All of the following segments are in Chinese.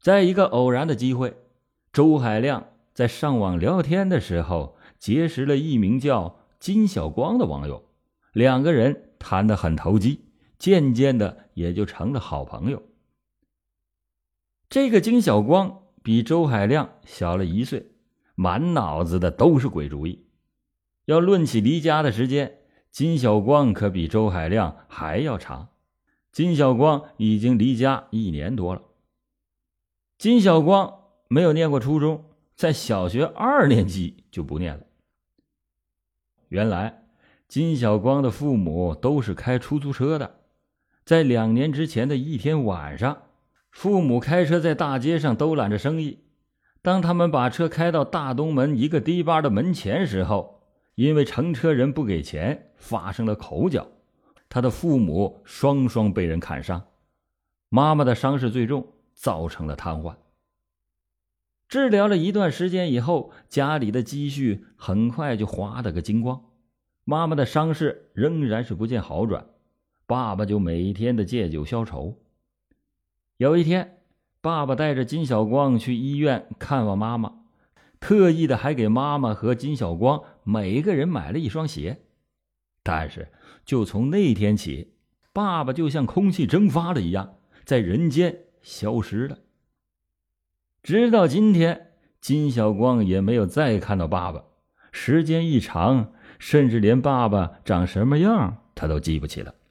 在一个偶然的机会，周海亮在上网聊天的时候结识了一名叫金小光的网友，两个人谈得很投机，渐渐的也就成了好朋友。这个金小光比周海亮小了1岁，满脑子的都是鬼主意。要论起离家的时间，金小光可比周海亮还要长。金小光已经离家1年多了。金小光没有念过初中，在小学2年级就不念了。原来金小光的父母都是开出租车的，在2年之前的一天晚上，父母开车在大街上兜揽着生意。当他们把车开到大东门一个堤坝的门前时候，因为乘车人不给钱，发生了口角，他的父母双双被人砍伤，妈妈的伤势最重，造成了瘫痪。治疗了一段时间以后，家里的积蓄很快就花得个精光，妈妈的伤势仍然是不见好转，爸爸就每天的借酒消愁。有一天，爸爸带着金小光去医院看望妈妈，特意的还给妈妈和金小光每个人买了一双鞋。但是就从那天起，爸爸就像空气蒸发了一样，在人间消失了。直到今天，金小光也没有再看到爸爸，时间一长，甚至连爸爸长什么样他都记不起了。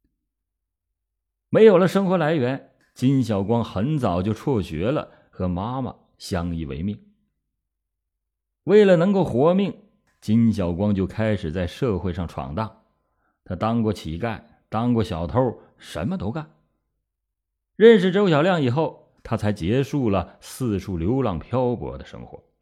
没有了生活来源，金小光很早就辍学了，和妈妈相依为命。为了能够活命，金小光就开始在社会上闯荡。他当过乞丐，当过小偷，什么都干。认识周小亮以后，他才结束了四处流浪漂泊的生活。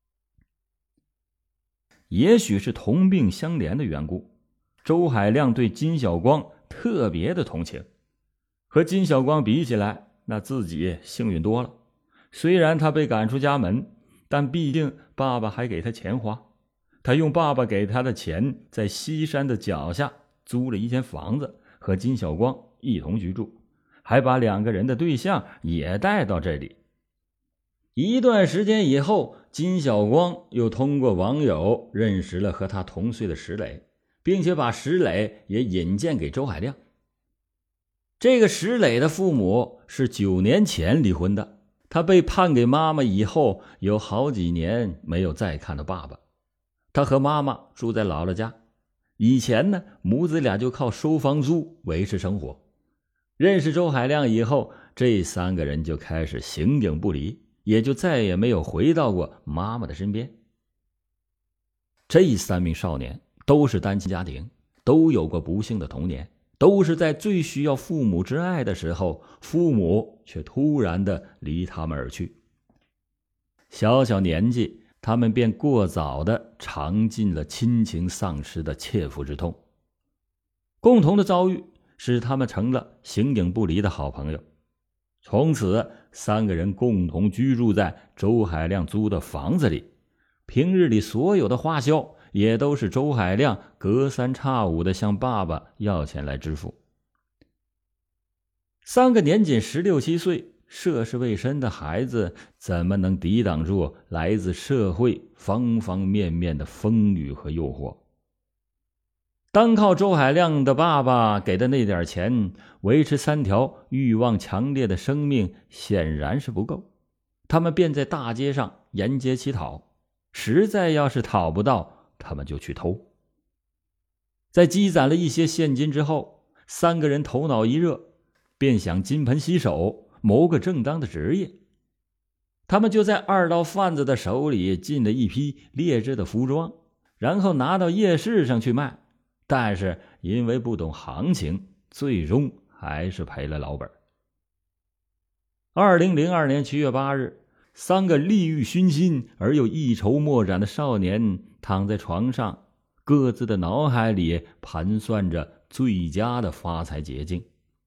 也许是同病相怜的缘故，周海亮对金小光特别的同情。和金小光比起来，那自己幸运多了。虽然他被赶出家门，但毕竟爸爸还给他钱花。他用爸爸给他的钱，在西山的脚下租了一间房子，和金小光一同居住，还把2个人的对象也带到这里。一段时间以后，金小光又通过网友认识了和他同岁的石磊，并且把石磊也引荐给周海亮。这个石磊的父母是9年前离婚的，他被判给妈妈以后，有好几年没有再看到爸爸。他和妈妈住在姥姥家，以前呢，母子俩就靠收房租维持生活。认识周海亮以后，这3个人就开始形影不离，也就再也没有回到过妈妈的身边。这3名少年都是单亲家庭，都有过不幸的童年，都是在最需要父母之爱的时候，父母却突然的离他们而去。小小年纪，他们便过早的尝尽了亲情丧失的切肤之痛。共同的遭遇使他们成了形影不离的好朋友。从此3个人共同居住在周海亮租的房子里，平日里所有的花销也都是周海亮隔三差五的向爸爸要钱来支付。3个年仅16、17岁涉世未深的孩子，怎么能抵挡住来自社会方方面面的风雨和诱惑？单靠周海亮的爸爸给的那点钱，维持3条欲望强烈的生命显然是不够。他们便在大街上沿街乞讨，实在要是讨不到，他们就去偷。在积攒了一些现金之后，3个人头脑一热，便想金盆洗手，谋个正当的职业。他们就在2道贩子的手里进了一批劣质的服装，然后拿到夜市上去卖。但是因为不懂行情，最终还是赔了老本。2002年7月8日，3个利欲熏心而又一筹莫展的少年躺在床上，各自的脑海里盘算着最佳的发财捷径。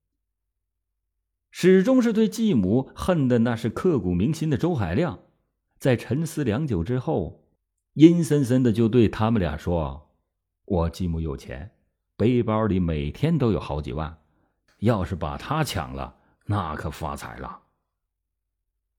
始终是对继母恨得那是刻骨铭心的周海亮，在沉思良久之后，阴森森的就对他们俩说：我继母有钱，背包里每天都有好几万，要是把他抢了，那可发财了。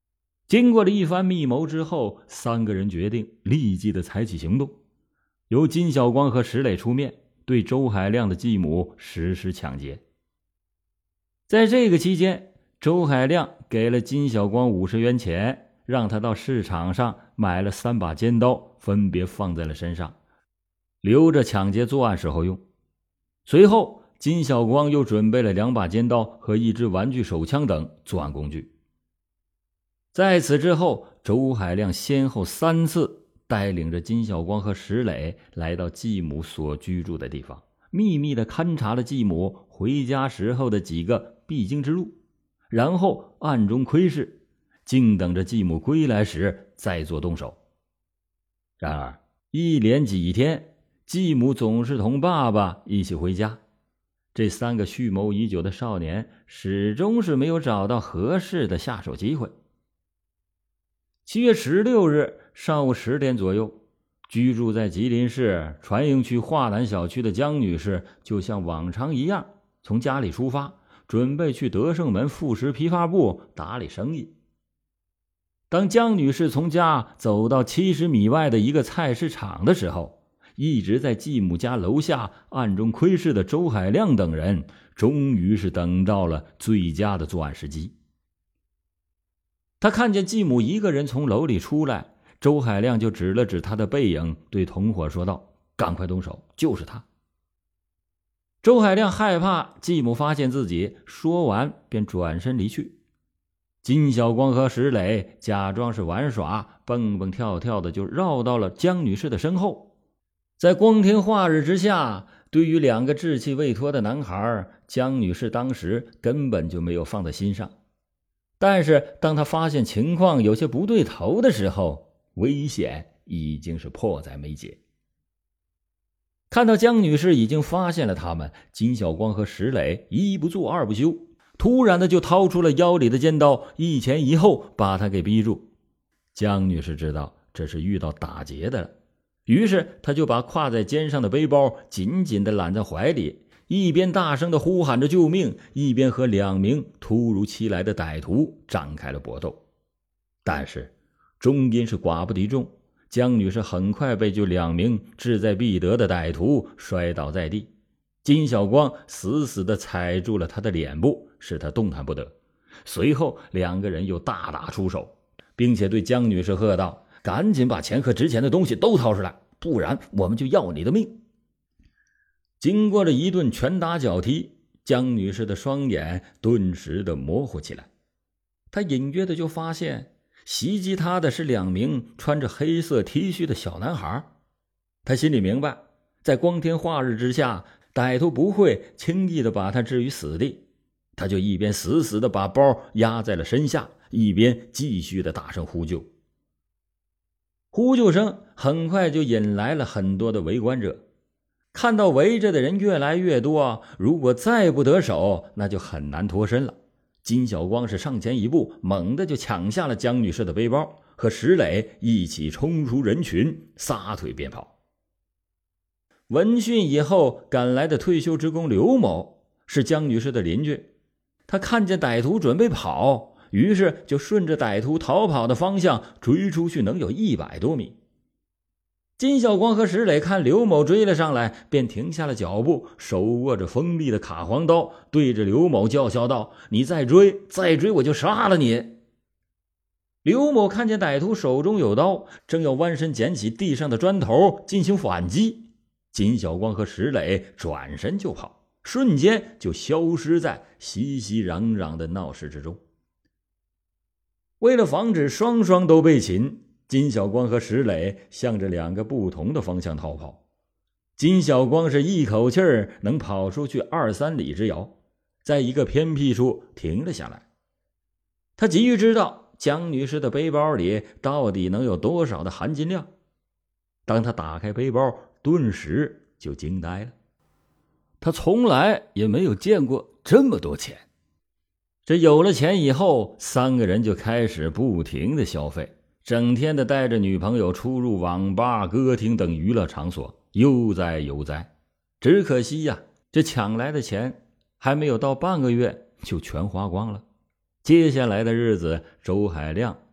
经过了一番密谋之后，三个人决定立即的采取行动，由金小光和石磊出面，对周海亮的继母实施抢劫。在这个期间，周海亮给了金小光50元钱，让他到市场上买了3把尖刀，分别放在了身上，留着抢劫作案时候用。随后，金小光又准备了2把尖刀和1支玩具手枪等作案工具。在此之后，周海亮先后3次带领着金小光和石磊来到继母所居住的地方，秘密地勘察了继母回家时候的几个必经之路，然后暗中窥视，静等着继母归来时再做动手。然而一连几天，继母总是同爸爸一起回家，这3个蓄谋已久的少年始终是没有找到合适的下手机会。7月16日上午10点左右，居住在吉林市船营区华南小区的江女士就像往常一样从家里出发，准备去德胜门副食批发部打理生意。当江女士从家走到70米外的一个菜市场的时候，一直在继母家楼下暗中窥视的周海亮等人终于是等到了最佳的作案时机。他看见继母一个人从楼里出来，周海亮就指了指他的背影，对同伙说道：“赶快动手，就是他。”周海亮害怕继母发现自己，说完便转身离去。金小光和石磊假装是玩耍，蹦蹦跳跳的就绕到了江女士的身后。在光天化日之下，对于2个稚气未脱的男孩，江女士当时根本就没有放在心上。但是当她发现情况有些不对头的时候，危险已经是迫在眉睫。看到江女士已经发现了他们，金小光和石磊一不做二不休，突然的就掏出了腰里的尖刀，一前一后把她给逼住。江女士知道这是遇到打劫的了，于是她就把挎在肩上的背包紧紧地揽在怀里，一边大声地呼喊着救命，一边和2名突如其来的歹徒展开了搏斗。但是终因是寡不敌众，江女士很快被就2名志在必得的歹徒摔倒在地，金小光死死地踩住了她的脸部，使她动弹不得。随后2个人又大打出手，并且对江女士喝道：“赶紧把钱和值钱的东西都掏出来，不然我们就要你的命。”经过了一顿拳打脚踢，江女士的双眼顿时的模糊起来。她隐约的就发现袭击她的是2名穿着黑色 T 恤的小男孩。她心里明白，在光天化日之下，歹徒不会轻易的把她置于死地。她就一边死死的把包压在了身下，一边继续的大声呼救。呼救声很快就引来了很多的围观者。看到围着的人越来越多，如果再不得手，那就很难脱身了。金小光是上前一步，猛地就抢下了江女士的背包，和石磊一起冲出人群，撒腿便跑。闻讯以后赶来的退休职工刘某是江女士的邻居，他看见歹徒准备跑，于是就顺着歹徒逃跑的方向追出去，能有100多米。金小光和石磊看刘某追了上来，便停下了脚步，手握着锋利的卡簧刀，对着刘某叫嚣道：“你再追我就杀了你！”刘某看见歹徒手中有刀，正要弯身捡起地上的砖头进行反击，金小光和石磊转身就跑，瞬间就消失在熙熙攘攘的闹市之中。为了防止双双都被擒，金小光和石磊向着2个不同的方向逃跑。金小光是一口气儿能跑出去2-3里之遥，在一个偏僻处停了下来。他急于知道江女士的背包里到底能有多少的含金量。当他打开背包，顿时就惊呆了。他从来也没有见过这么多钱。这有了钱以后，3个人就开始不停的消费，整天的带着女朋友出入网吧、歌厅等娱乐场所，悠哉悠哉。只可惜呀，这抢来的钱还没有到半个月就全花光了。接下来的日子，周海亮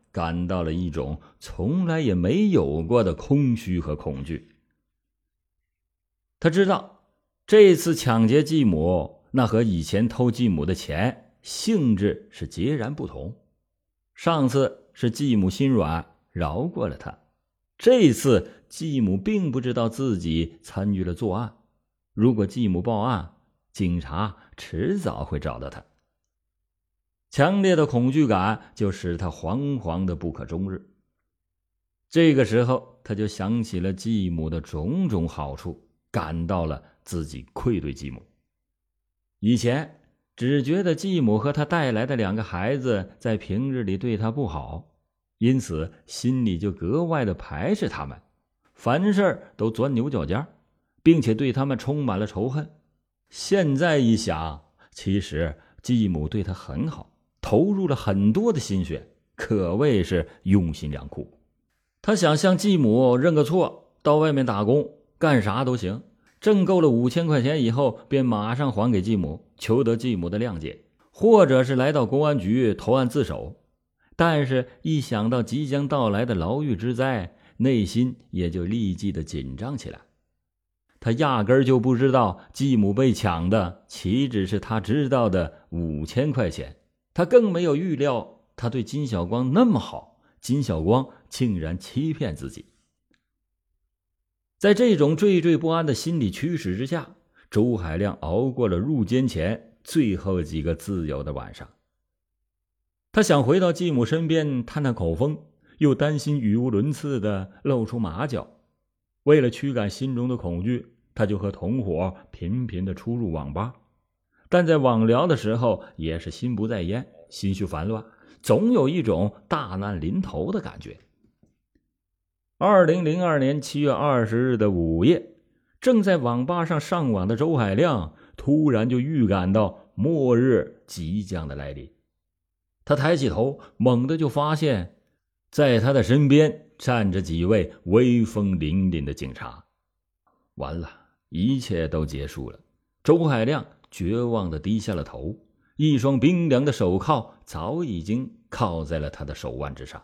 感到了一种从来也没有过的空虚和恐惧。他知道这次抢劫继母，那和以前偷继母的钱性质是截然不同。上次是继母心软饶过了他，这次继母并不知道自己参与了作案，如果继母报案，警察迟早会找到他。强烈的恐惧感就使他惶惶的不可终日。这个时候他就想起了继母的种种好处，感到了自己愧对继母。以前只觉得继母和他带来的2个孩子在平日里对他不好，因此心里就格外的排斥他们，凡事都钻牛角尖，并且对他们充满了仇恨。现在一想，其实继母对他很好，投入了很多的心血，可谓是用心良苦。他想向继母认个错，到外面打工干啥都行，挣够了5000块钱以后便马上还给继母，求得继母的谅解，或者是来到公安局投案自首。但是一想到即将到来的牢狱之灾，内心也就立即的紧张起来。他压根儿就不知道继母被抢的岂止是他知道的5000块钱，他更没有预料他对金小光那么好，金小光竟然欺骗自己。在这种惴惴不安的心理驱使之下，周海亮熬过了入监前最后几个自由的晚上。他想回到继母身边探探口风，又担心语无伦次的露出马脚。为了驱赶心中的恐惧，他就和同伙频频的出入网吧，但在网聊的时候也是心不在焉，心绪烦乱，总有一种大难临头的感觉。2002年7月20日的午夜，正在网吧上上网的周海亮突然就预感到末日即将的来临。他抬起头，猛地就发现在他的身边站着几位威风凛凛的警察。完了，一切都结束了。周海亮绝望地低下了头，一双冰凉的手铐早已经铐在了他的手腕之上。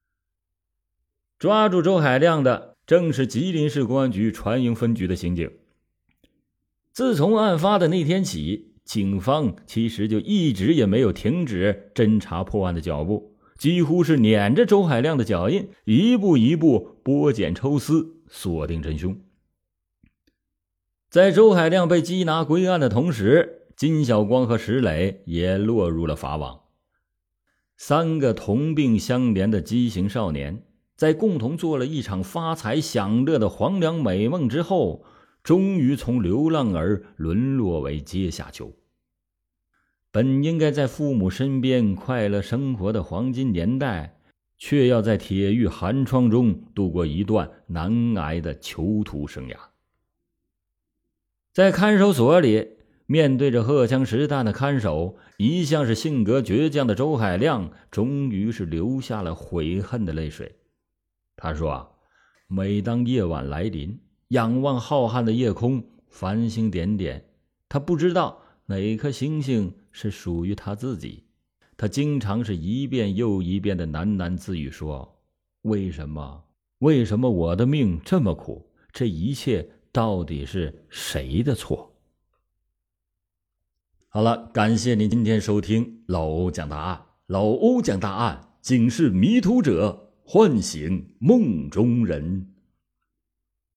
抓住周海亮的正是吉林市公安局船营分局的刑警。自从案发的那天起，警方其实就一直也没有停止侦查破案的脚步，几乎是撵着周海亮的脚印，一步一步剥茧抽丝，锁定真凶。在周海亮被缉拿归案的同时，金小光和石磊也落入了法网。3个同病相怜的畸形少年，在共同做了一场发财享乐的黄粱美梦之后，终于从流浪儿沦落为阶下囚。本应该在父母身边快乐生活的黄金年代，却要在铁狱寒窗中度过一段难挨的囚徒生涯。在看守所里，面对着荷枪实弹的看守，一向是性格倔强的周海亮终于是流下了悔恨的泪水。他说每当夜晚来临，仰望浩瀚的夜空，繁星点点，他不知道哪颗星星是属于他自己。他经常是一遍又一遍的喃喃自语说，为什么我的命这么苦，这一切到底是谁的错？好了，感谢您今天收听老欧讲大案。老欧讲大案，警示迷途者，唤醒梦中人。